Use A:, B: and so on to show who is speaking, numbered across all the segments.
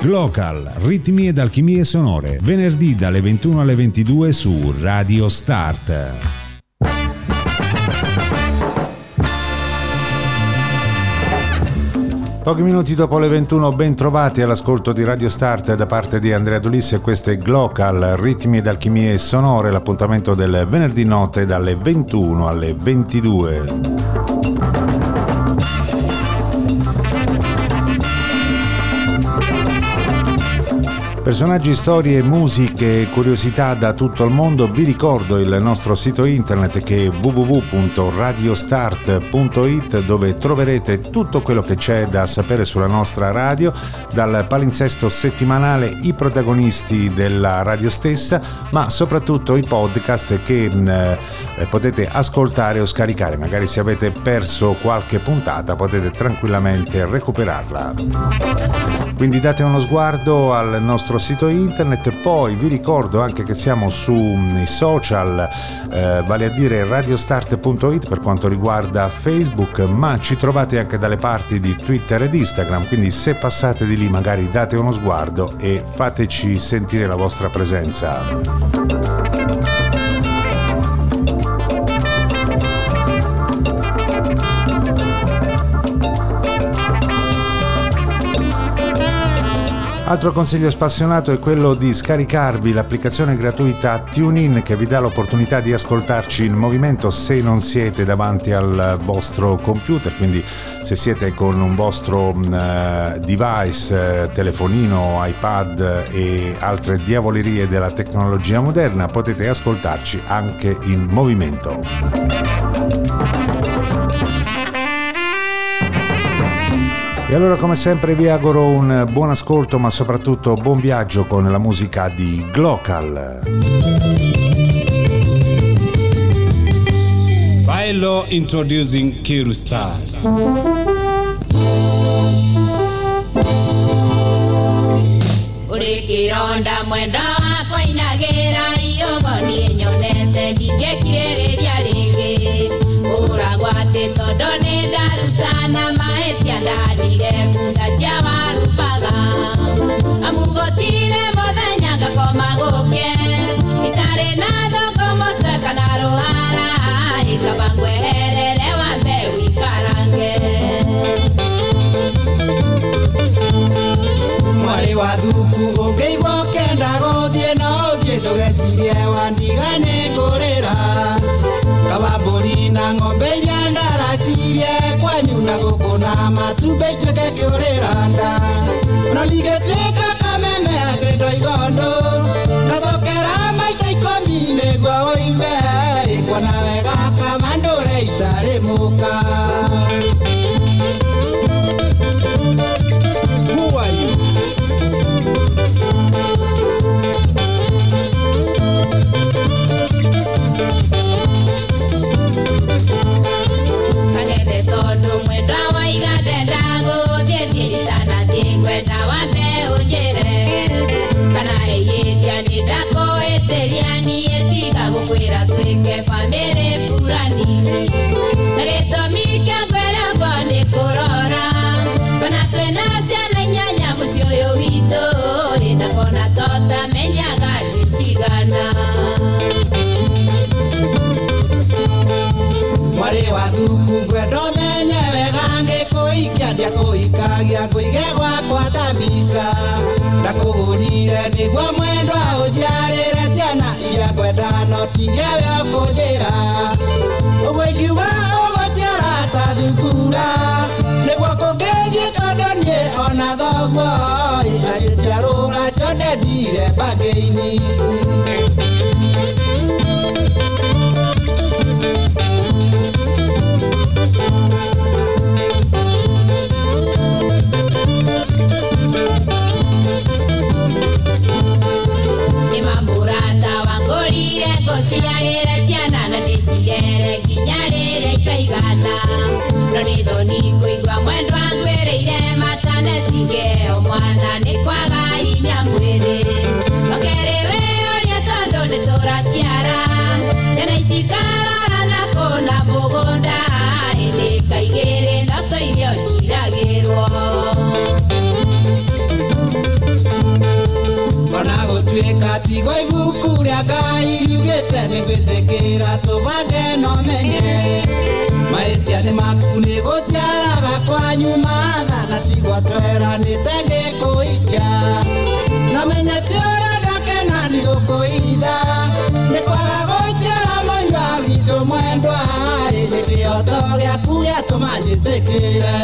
A: Glocal, ritmi ed alchimie sonore, venerdì dalle 21 alle 22 su Radio Start. Pochi minuti dopo le 21, ben trovati all'ascolto di Radio Start da parte di Andrea Dolisse. Questo è Glocal, ritmi ed alchimie sonore, l'appuntamento del venerdì notte dalle 21 alle 22. Personaggi, storie, musiche, curiosità da tutto il mondo. Vi ricordo il nostro sito internet che è www.radiostart.it, dove troverete tutto quello che c'è da sapere sulla nostra radio, dal palinsesto settimanale, i protagonisti della radio stessa, ma soprattutto i podcast che potete ascoltare o scaricare. Magari se avete perso qualche puntata potete tranquillamente recuperarla. Quindi date uno sguardo al nostro sito internet. Poi vi ricordo anche che siamo sui social, vale a dire radiostart.it per quanto riguarda Facebook, ma ci trovate anche dalle parti di Twitter ed Instagram, quindi se passate di lì magari date uno sguardo e fateci sentire la vostra presenza. Altro consiglio spassionato è quello di scaricarvi l'applicazione gratuita TuneIn, che vi dà l'opportunità di ascoltarci in movimento se non siete davanti al vostro computer, quindi se siete con un vostro device, telefonino, iPad e altre diavolerie della tecnologia moderna, potete ascoltarci anche in movimento. E allora, come sempre, vi auguro un buon ascolto, ma soprattutto buon viaggio con la musica di Glocal.
B: Bailo introducing Kiru Stars.
C: Urikironda mwenda wako inagera iyo goni nyonete ndingekirĩrĩria rĩngĩ ũragwatĩ tondũ nĩ ndarutana mahĩtia ndanire bunda cia warubaga amugotire mũthenya ngakoma gũke itarĩ na thoko mũtwe kana rũhara ikaba ngweherere wambe wikarange
D: mwarĩ wa thuku ũngĩigua ũkenda gũthiĩ no ũthiĩ ndũgecirie wandigane ngũrĩra kabambũri na ng'ombe iria ndaracirie kwanyu na gũkũ na matumbĩ ituĩke kĩũrĩra nda no ligĩtuĩka kameme atĩ ndoigondũ ngacokera maita ikũmi nĩguo ũimbe ĩkuona wega kamandũre itarĩ mũka. Who are you?
C: kanene tondũ mwenda waigande ndagũthiĩ thiĩtana thiĩngwenda wambe ũnjĩre kana hĩhĩtia nĩ ndakũhĩtĩria niĩ tiga gũkwĩra twĩke bamĩrĩ burani na gĩtũmi kĩa ngweragwo nĩ kũrora kana twĩna ciana inyanya mũciĩ ũyũ witũ ndakona totamenyaga twĩcigana
D: mwarĩ wa thuku ngwenda ũmenye wega ngĩkũikia ndiakũikagia ngũige gwakwa ta mbica ndakũgũrire nĩguo mwendwa ũnjiarĩre ciana iria ngwenda no tiwe ũkũnjĩra ũguo ingiuga ũgũciara ta thukura nĩguo kũngĩthiĩ tondũ niĩ ona thoguo agĩciarũra cionde ndire mbangĩ-inĩ.
C: Nimamurata wangũrire ngũciarĩre ciana na ndĩcirere nginya rĩrĩa ikaigana no nĩ thoni kũigua mwendwa ngwĩrĩire matanetige o mwana nĩ kwaga hinya mwĩrĩ okerĩ wĩyũrie tondũ nĩ tũraciara ciana ici ikarora na kũna mũgũnda ĩndĩ kaigĩrĩ ndoto iria ciragĩrwo
D: tigo ibuku rĩa Ngai riugĩte nĩgwĩtĩkĩra tũbange no menye mahĩtia nĩ maku nĩ gũciaraga kwanyu matha na tigwa tweranĩte ngĩkũikia na menyete ũrĩa ndakena nĩ gũkũitha nĩ kwaga gũciara mũnyua witũ mwendwa nĩ kĩhoto gĩaku gĩatũma njĩtĩkĩre.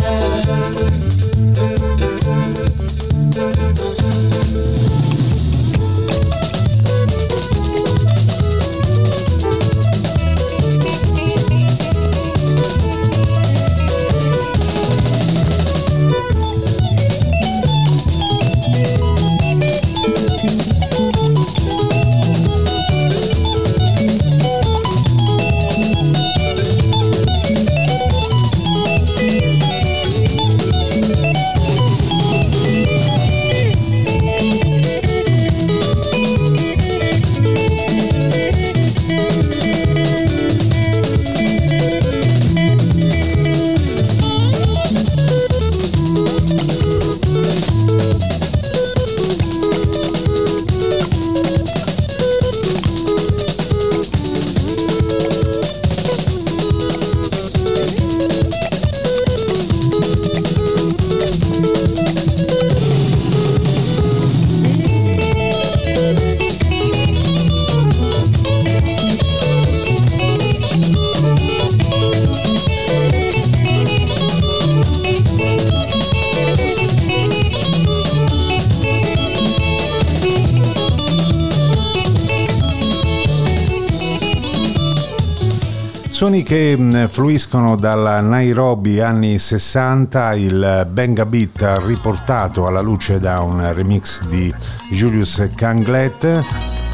A: Suoni che fluiscono dalla Nairobi anni 60, il Benga Beat riportato alla luce da un remix di Julius Canglet,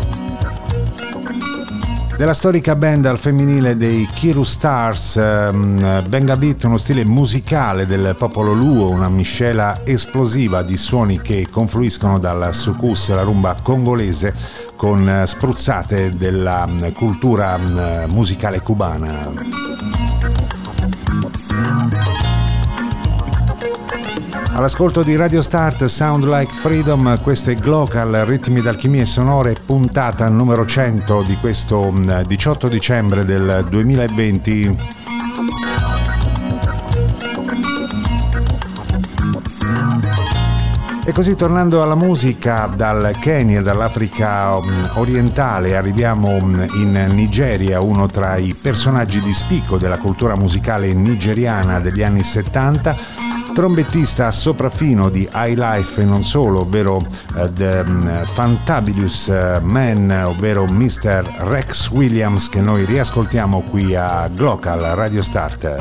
A: della storica band al femminile dei Kiru Stars. Benga Beat, uno stile musicale del popolo Luo, una miscela esplosiva di suoni che confluiscono dal soukous, la rumba congolese, con spruzzate della cultura musicale cubana. All'ascolto di Radio Start, Sound Like Freedom, queste Glocal, ritmi d'alchimie sonore, puntata numero 100 di questo 18 dicembre del 2020. E così, tornando alla musica, dal Kenya, dall'Africa orientale, arriviamo in Nigeria, uno tra i personaggi di spicco della cultura musicale nigeriana degli anni 70, trombettista sopraffino di high life e non solo, ovvero The Fantabulous Man, ovvero Mr. Rex Williams, che noi riascoltiamo qui a Glocal Radio Start.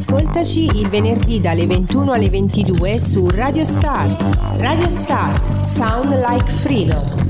E: ascoltaci il venerdì dalle 21 alle 22 su Radio Start. Radio Start, Sound Like Freedom.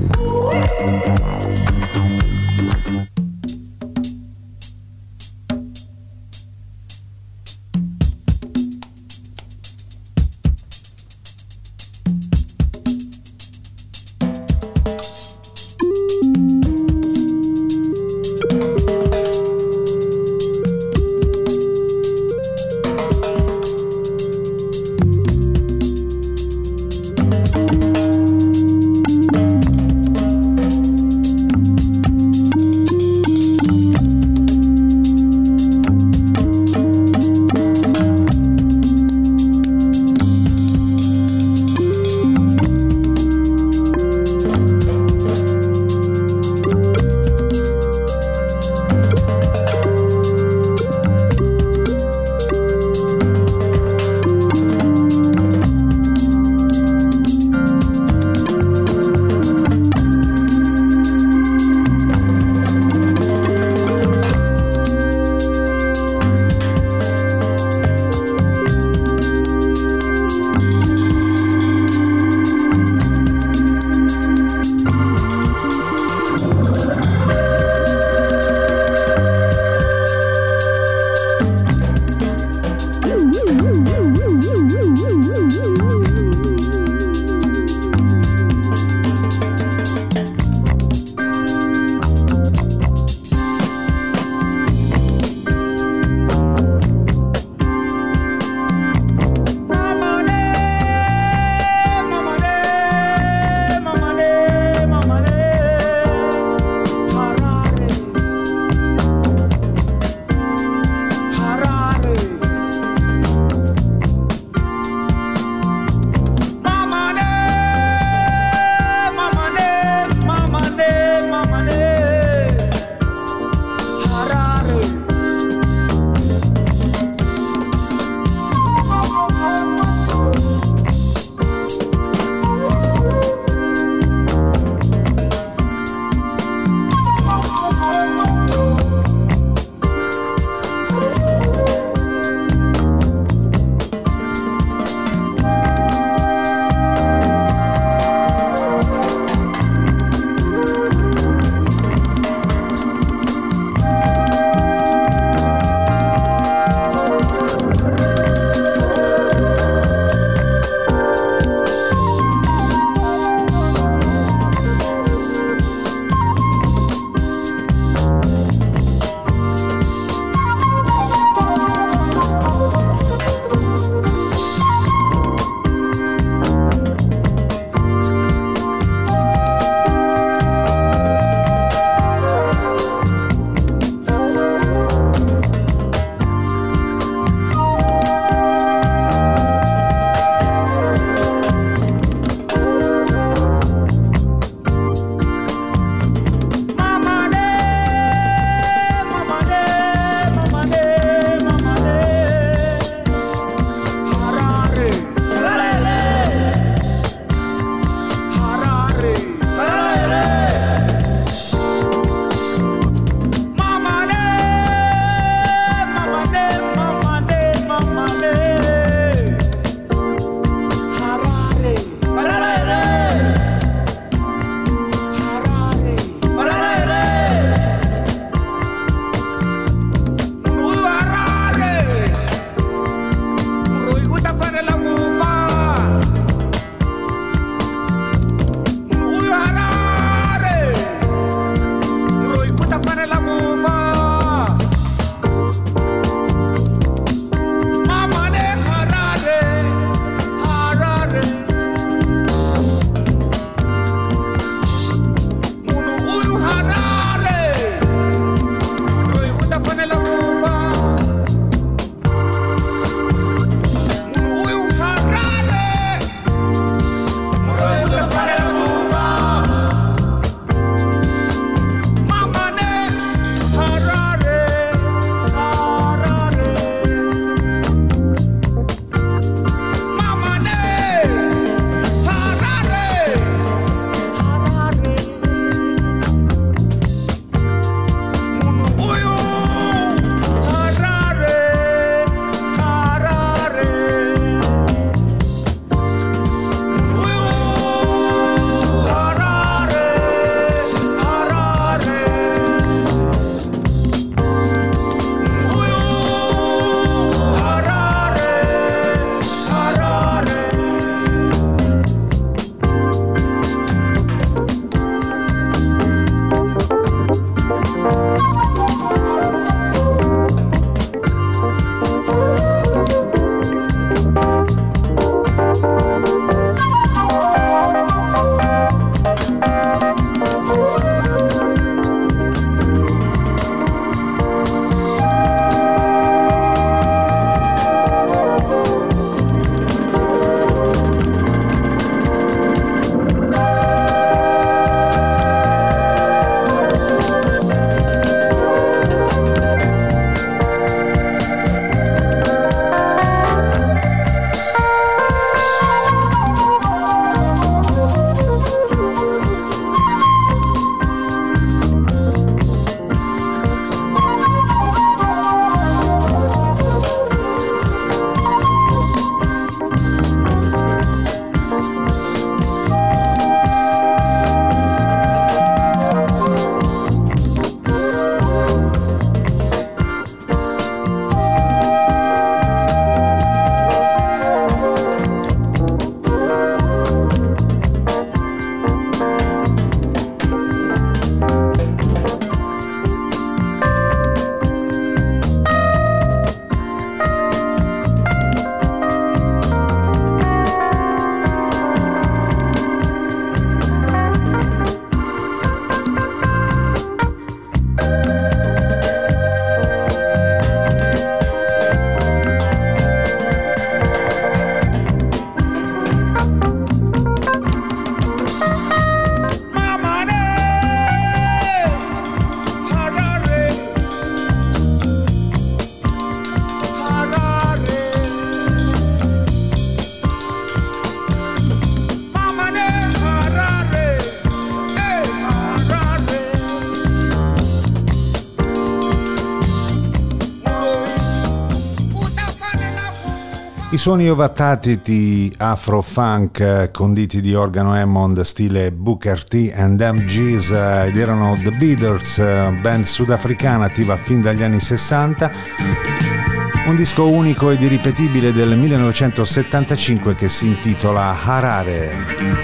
A: I suoni ovattati di afro-funk conditi di organo Hammond stile Booker T and MGs ed erano The Beatles, band sudafricana attiva fin dagli anni 60, un disco unico ed irripetibile del 1975 che si intitola Harare.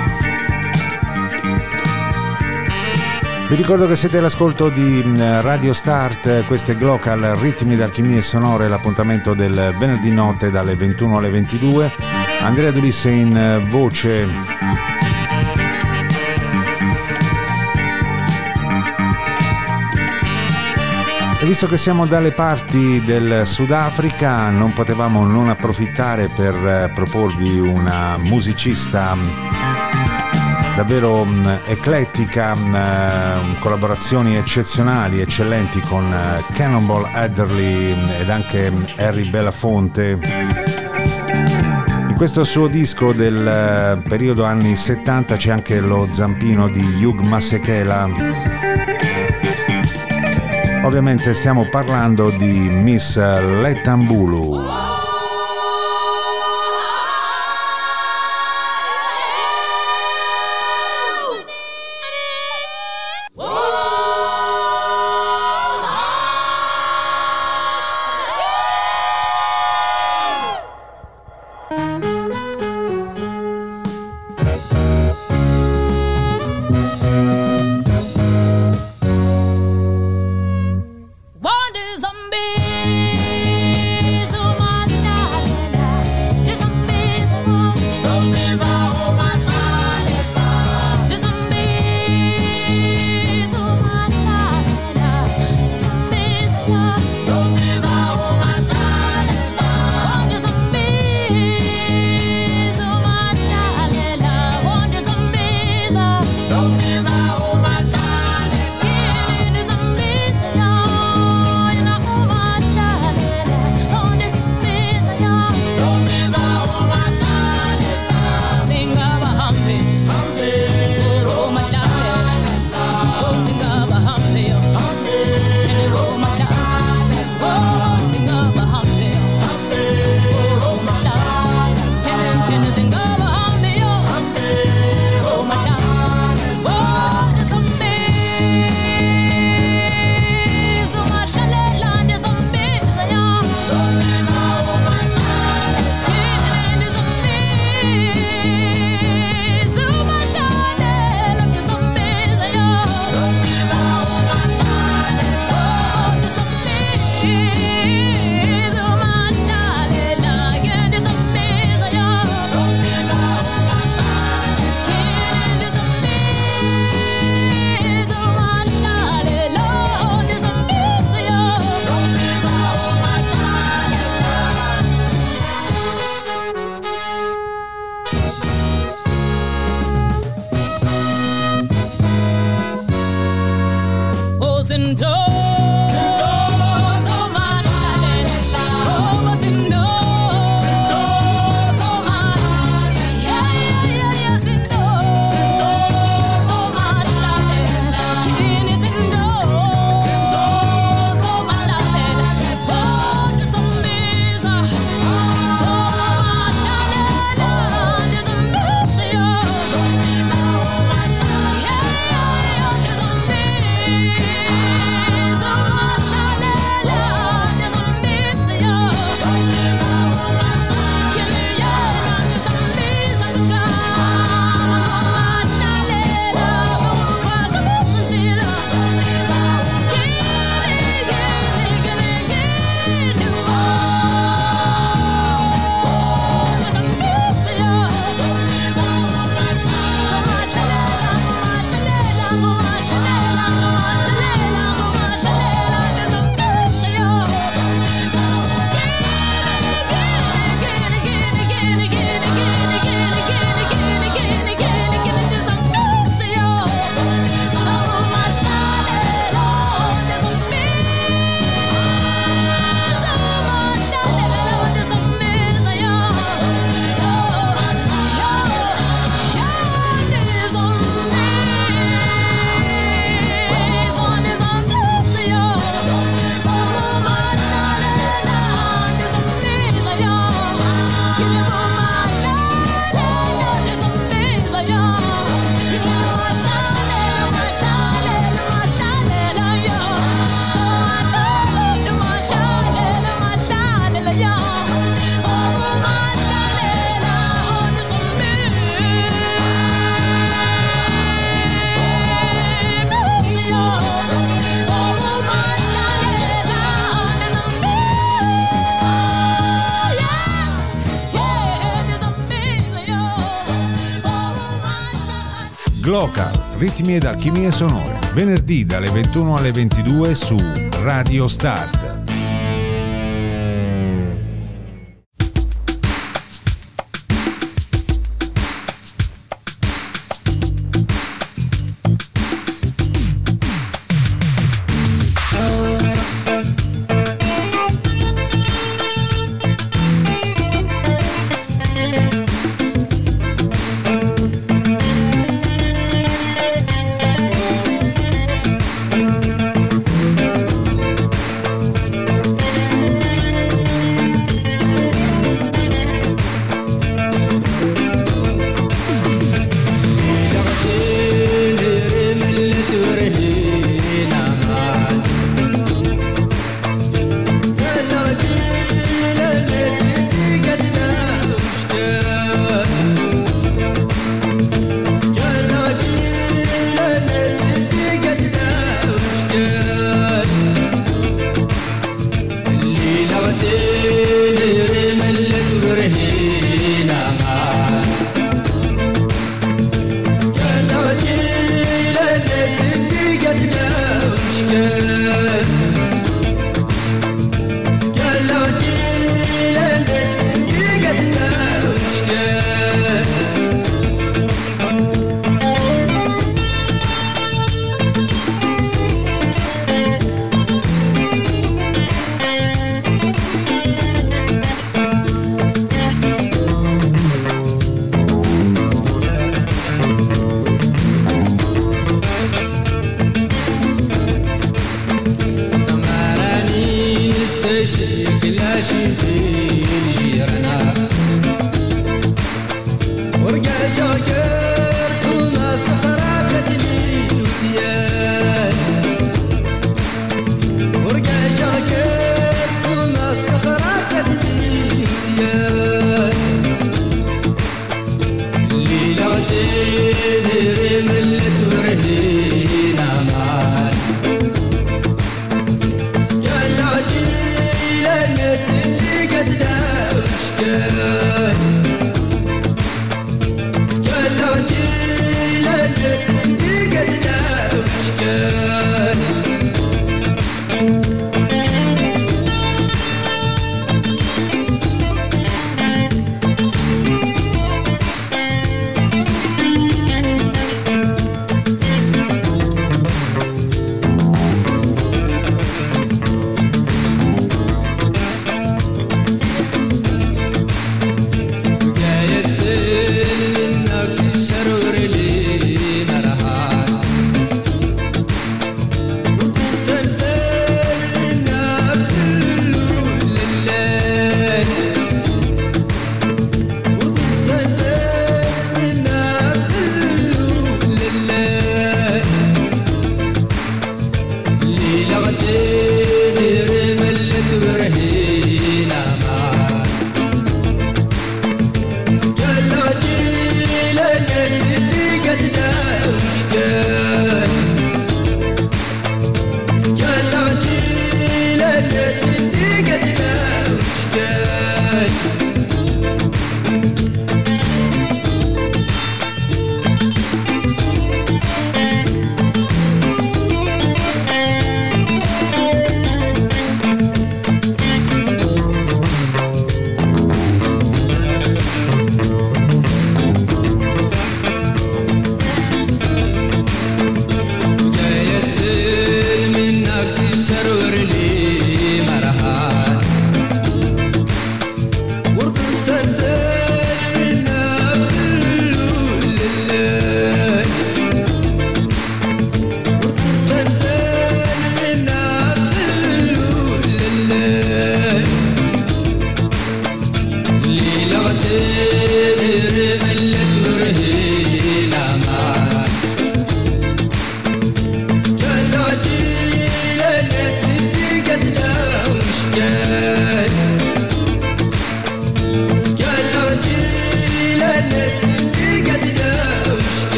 A: Vi ricordo che siete all'ascolto di Radio Start, questo è Glocal, ritmi d'alchimie sonore, l'appuntamento del venerdì notte dalle 21 alle 22. Andrea Dulisse in voce. E visto che siamo dalle parti del Sudafrica, non potevamo non approfittare per proporvi una musicista davvero eclettica, collaborazioni eccezionali, eccellenti con Cannonball Adderley ed anche Harry Belafonte. In questo suo disco del periodo anni 70 c'è anche lo zampino di Hugh Masekela. Ovviamente stiamo parlando di Miss Letambulu.
F: Zombies, oh my
A: Glocal, ritmi ed alchimie sonore, venerdì dalle 21 alle 22 su Radio Start.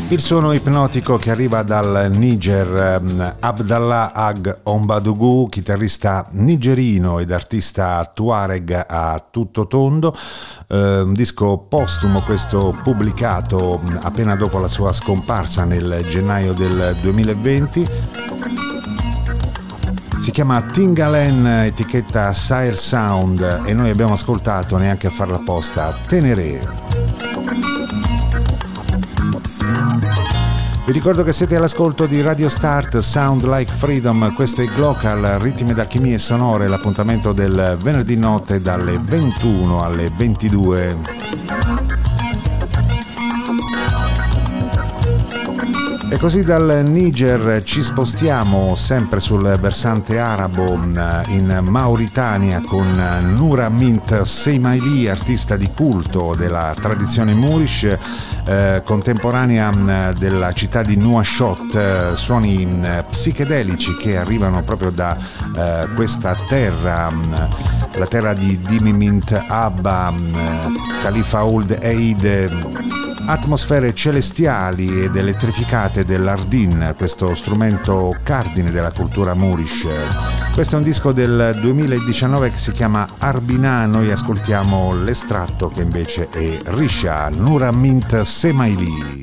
A: Il suono ipnotico che arriva dal Niger, Abdallah Ag Ombadougou, chitarrista nigerino ed artista tuareg a tutto tondo, un disco postumo questo, pubblicato appena dopo la sua scomparsa nel gennaio del 2020. Si chiama Tingalen, etichetta Sire Sound, e noi abbiamo ascoltato, neanche a farla apposta, Tenere. Vi ricordo che siete all'ascolto di Radio Start, Sound Like Freedom, questo è Glocal, ritmi d'alchimie sonore, l'appuntamento del venerdì notte dalle 21 alle 22. E così dal Niger ci spostiamo sempre sul versante arabo in Mauritania con Noura Mint Semaili, artista di culto della tradizione Moorish, contemporanea della città di Nouakchott, suoni psichedelici che arrivano proprio da questa terra, la terra di Dimi Mint Abba, Khalifa Ould Eid. Atmosfere celestiali ed elettrificate dell'Ardin, questo strumento cardine della cultura Moorish. Questo è un disco del 2019 che si chiama Arbina. Noi ascoltiamo l'estratto che invece è Risha, Noura Mint Semaili.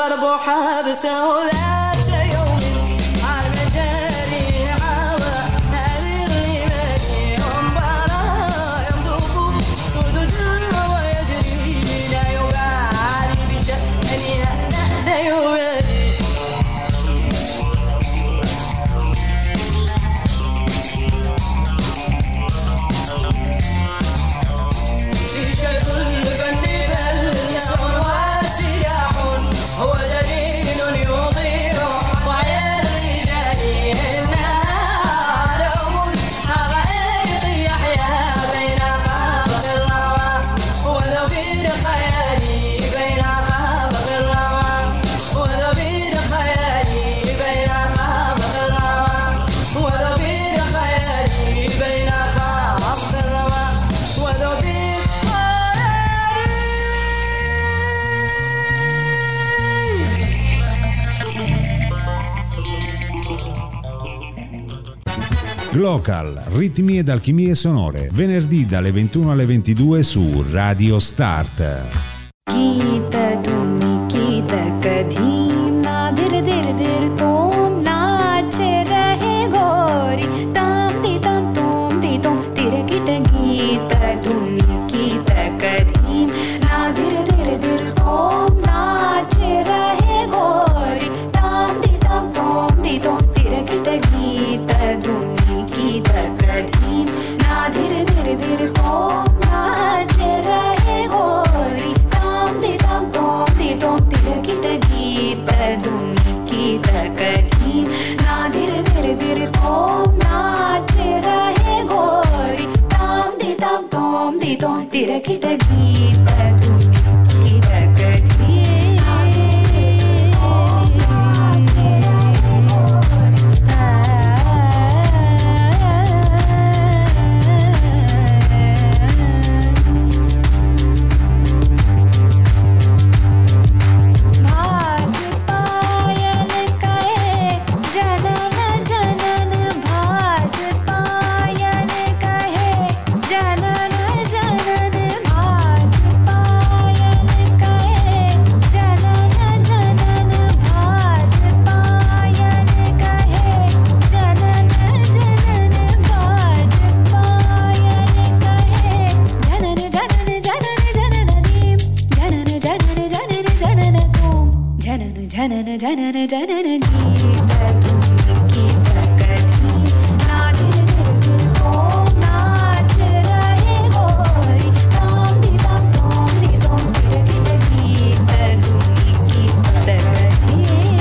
A: Glocal, ritmi ed alchimie sonore, venerdì dalle 21 alle 22 su Radio Start.
F: Kita dumi kita kadhim na dir dir dir tom nache rahe gori tam di tom tira kita gita dumi kita kadhim na dir dir tom nache rahe gori tam di tom tira kita gita dumi kita kadhim na dir dir tom nache rahe gori tam di tom tira kita gita dumi kita kadhim na dir tom nache rahe gori tam di tom tira kita gita dumi kita kadhim. Janana janana gita dumi kita kadhim na dir dir tom nache rahe gori tam di tom tira kita gita dumi kita kadhim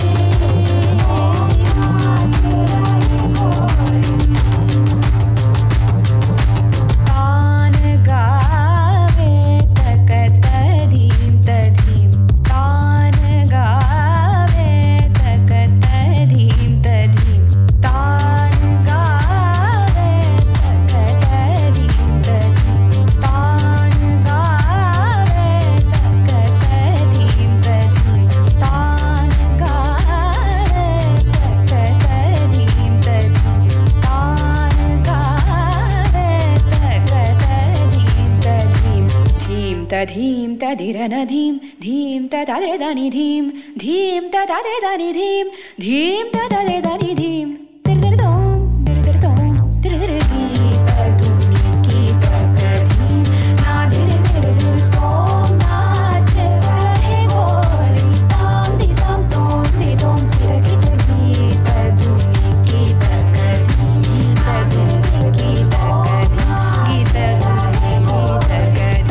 F: taan gaave takat tadim tadim taan gaave takat tadim tadim taan gaave takat tadim tadim taan gaave takat tadim tadim taan gaave takat tadim tadim taan gaave takat tadim tadim dhim tadhim tadiranadim dhim tadadredani dhim dhim tadadredani dhim dhim tadadredani dhim dir tom gita dumi kita kadhim na dir tom nache rahe gori tam di tom tira kita gita dumi kita kadhim na dir kita kadhim gita dumi kita kadhim.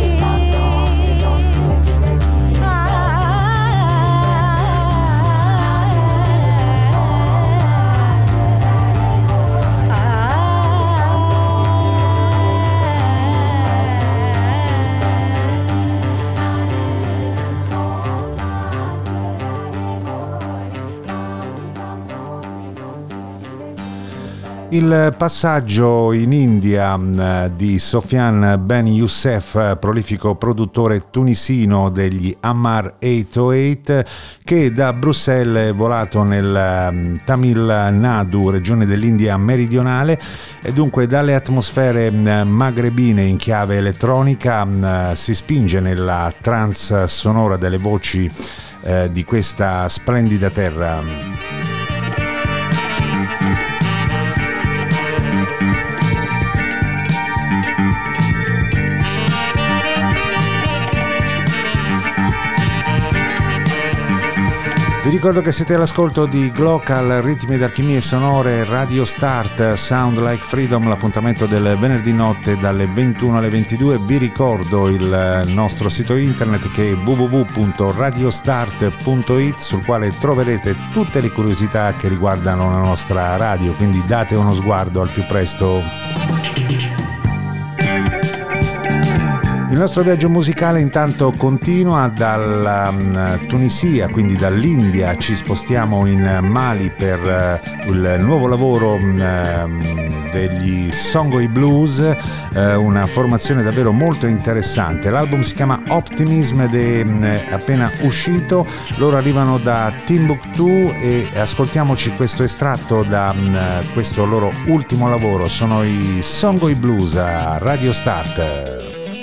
A: Il passaggio in India di Sofian Ben Youssef, prolifico produttore tunisino degli Ammar 808, che da Bruxelles è volato nel Tamil Nadu, regione dell'India meridionale, e dunque dalle atmosfere magrebine in chiave elettronica si spinge nella trance sonora delle voci di questa splendida terra. Vi ricordo che siete all'ascolto di Glocal, ritmi ed alchimie sonore, Radio Start, Sound Like Freedom, l'appuntamento del venerdì notte dalle 21 alle 22. Vi ricordo il nostro sito internet che è www.radiostart.it, sul quale troverete tutte le curiosità che riguardano la nostra radio, quindi date uno sguardo al più presto. Il nostro viaggio musicale intanto continua dalla Tunisia, quindi dall'India, ci spostiamo in Mali per il nuovo lavoro degli Songoi Blues, una formazione davvero molto interessante. L'album si chiama Optimism ed è appena uscito, loro arrivano da Timbuktu e ascoltiamoci questo estratto da questo loro ultimo lavoro, sono i Songoi Blues a Radio Start.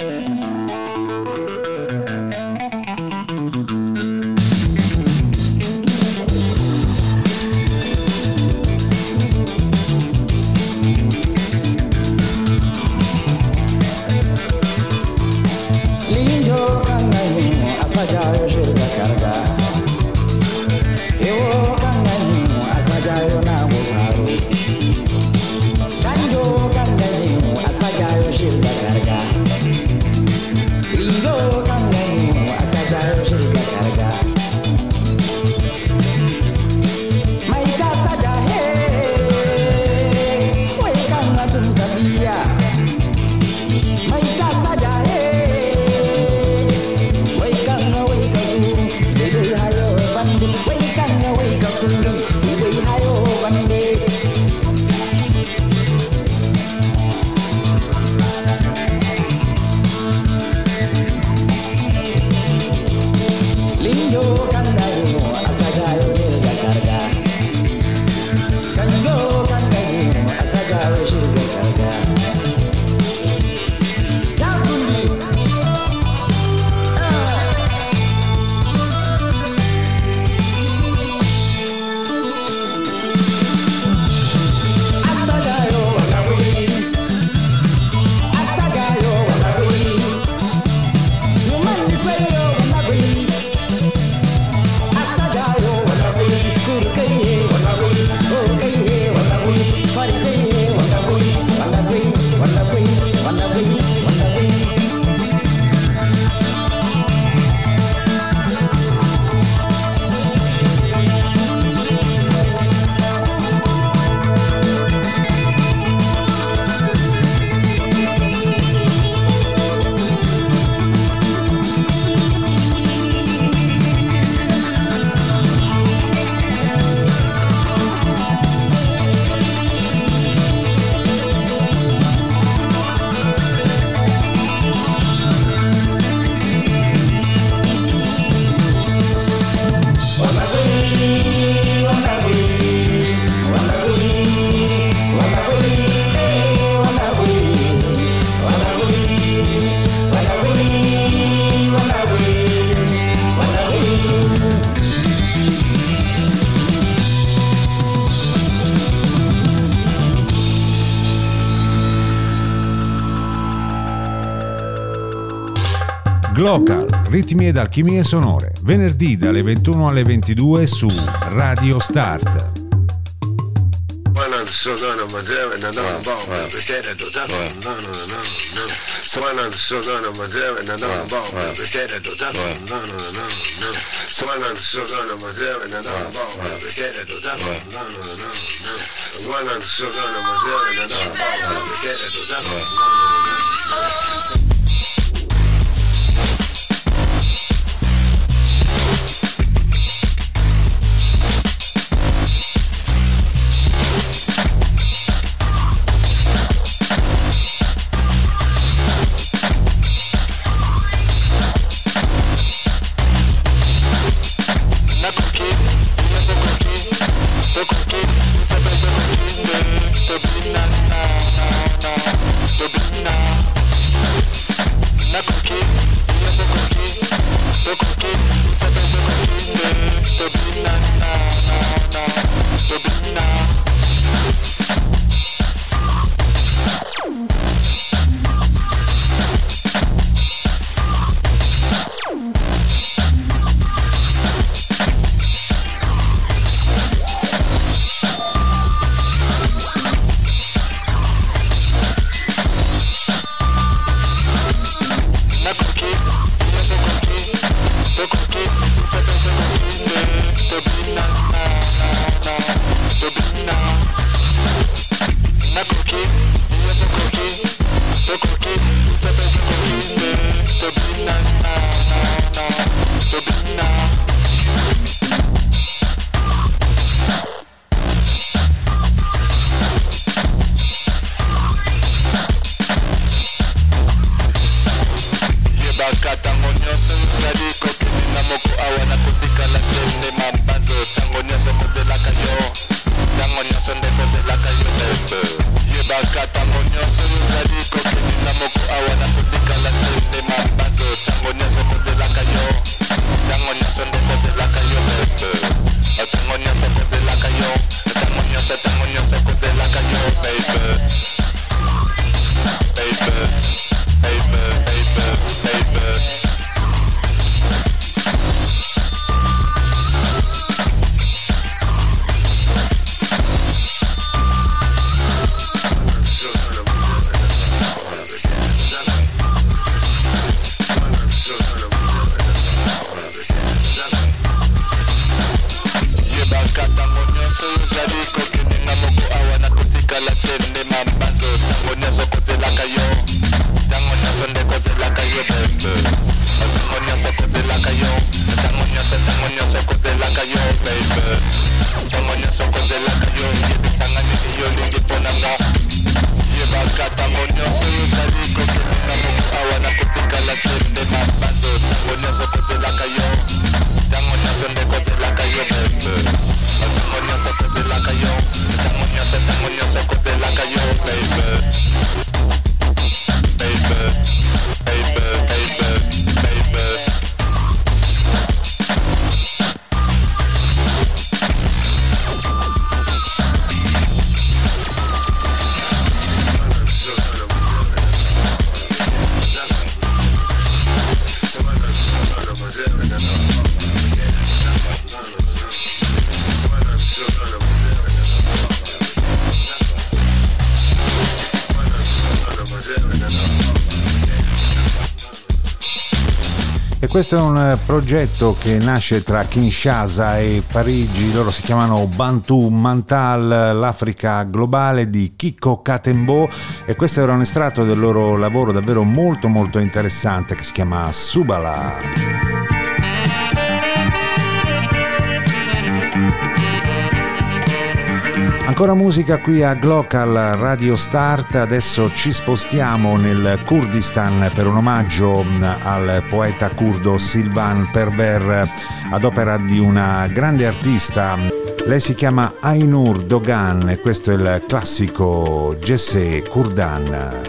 A: Glocal, ritmi ed alchimie sonore, venerdì dalle 21 alle 22 su Radio Start. Questo è un progetto che nasce tra Kinshasa e Parigi, loro si chiamano Bantu Mantal, l'Africa globale di Kiko Katembo, e questo era un estratto del loro lavoro davvero molto molto interessante che si chiama Subala. Ancora musica qui a Glocal Radio Start, adesso ci spostiamo nel Kurdistan per un omaggio al poeta curdo Silvan Perver ad opera di una grande artista. Lei si chiama Aynur Dogan e questo è il classico Jesse Kurdan.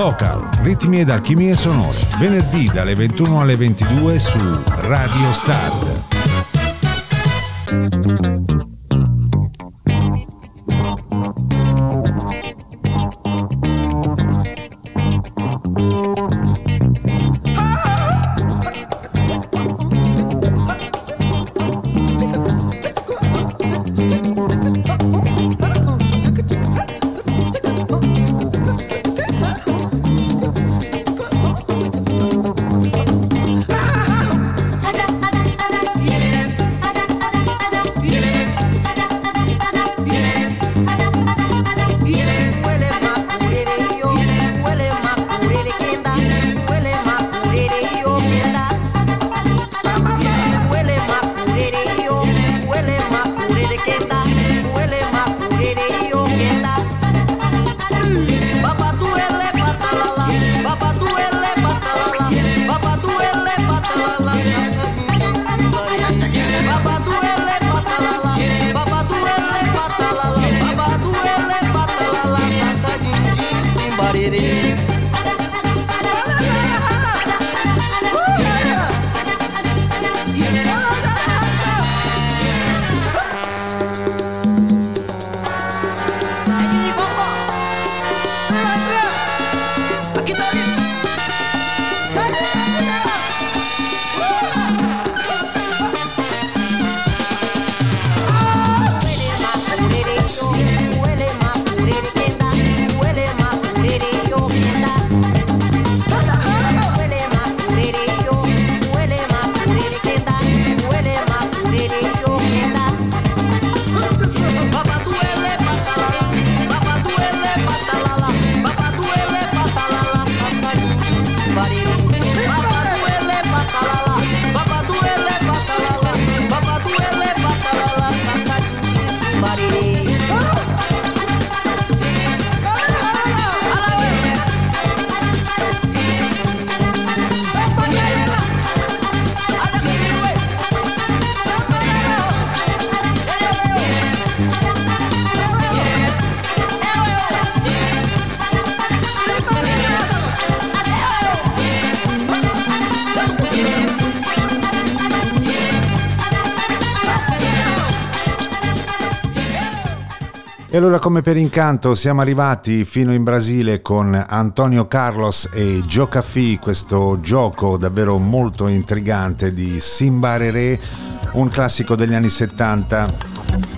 A: Glocal, ritmi ed alchimie sonore, venerdì dalle 21 alle 22 su Radio Start. E allora, come per incanto, siamo arrivati fino in Brasile con Antonio Carlos e Joe Caffè, questo gioco davvero molto intrigante di Simbarerê, un classico degli anni 70.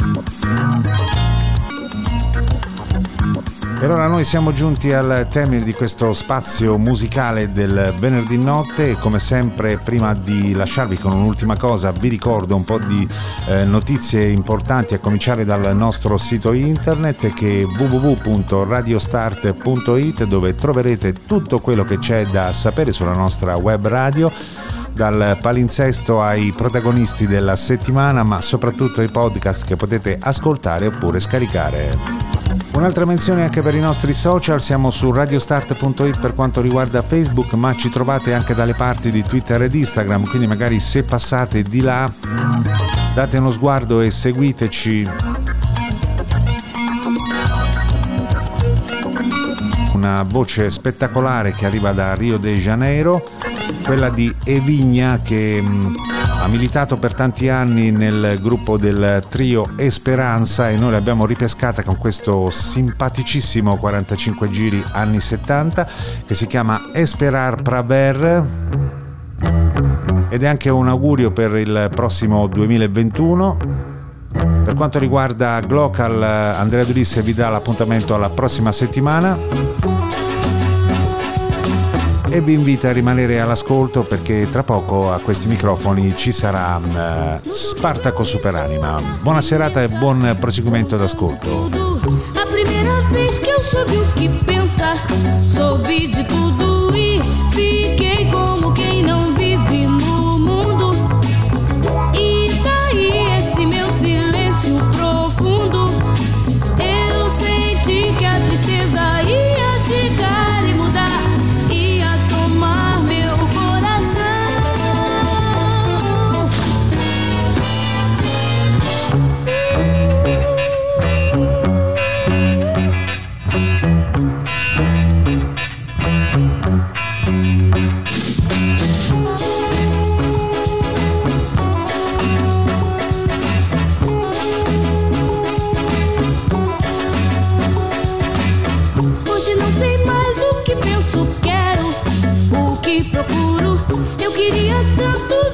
A: E allora noi siamo giunti al termine di questo spazio musicale del venerdì notte e come sempre, prima di lasciarvi con un'ultima cosa, vi ricordo un po' di notizie importanti, a cominciare dal nostro sito internet che è www.radiostart.it, dove troverete tutto quello che c'è da sapere sulla nostra web radio, dal palinsesto ai protagonisti della settimana, ma soprattutto ai podcast che potete ascoltare oppure scaricare. Un'altra menzione anche per i nostri social, siamo su radiostart.it per quanto riguarda Facebook, ma ci trovate anche dalle parti di Twitter ed Instagram, quindi magari se passate di là date uno sguardo e seguiteci. Una voce spettacolare che arriva da Rio de Janeiro, quella di Evinha, che ha militato per tanti anni nel gruppo del trio Esperanza e noi l'abbiamo ripescata con questo simpaticissimo 45 giri anni 70 che si chiama Esperar pra ver, ed è anche un augurio per il prossimo 2021. Per quanto riguarda Glocal, Andrea D'Ulisse vi dà l'appuntamento alla prossima settimana e vi invita a rimanere all'ascolto perché tra poco a questi microfoni ci sarà Spartaco Superanima. Buona serata e buon proseguimento d'ascolto.
G: A primeira vez que eu soube o que pensar, soube de tudo e fiquei como quem não vive no mundo. E daí esse meu silêncio profundo, eu senti que a tristeza ia chegar e mudar, ia tomar meu coração. tanto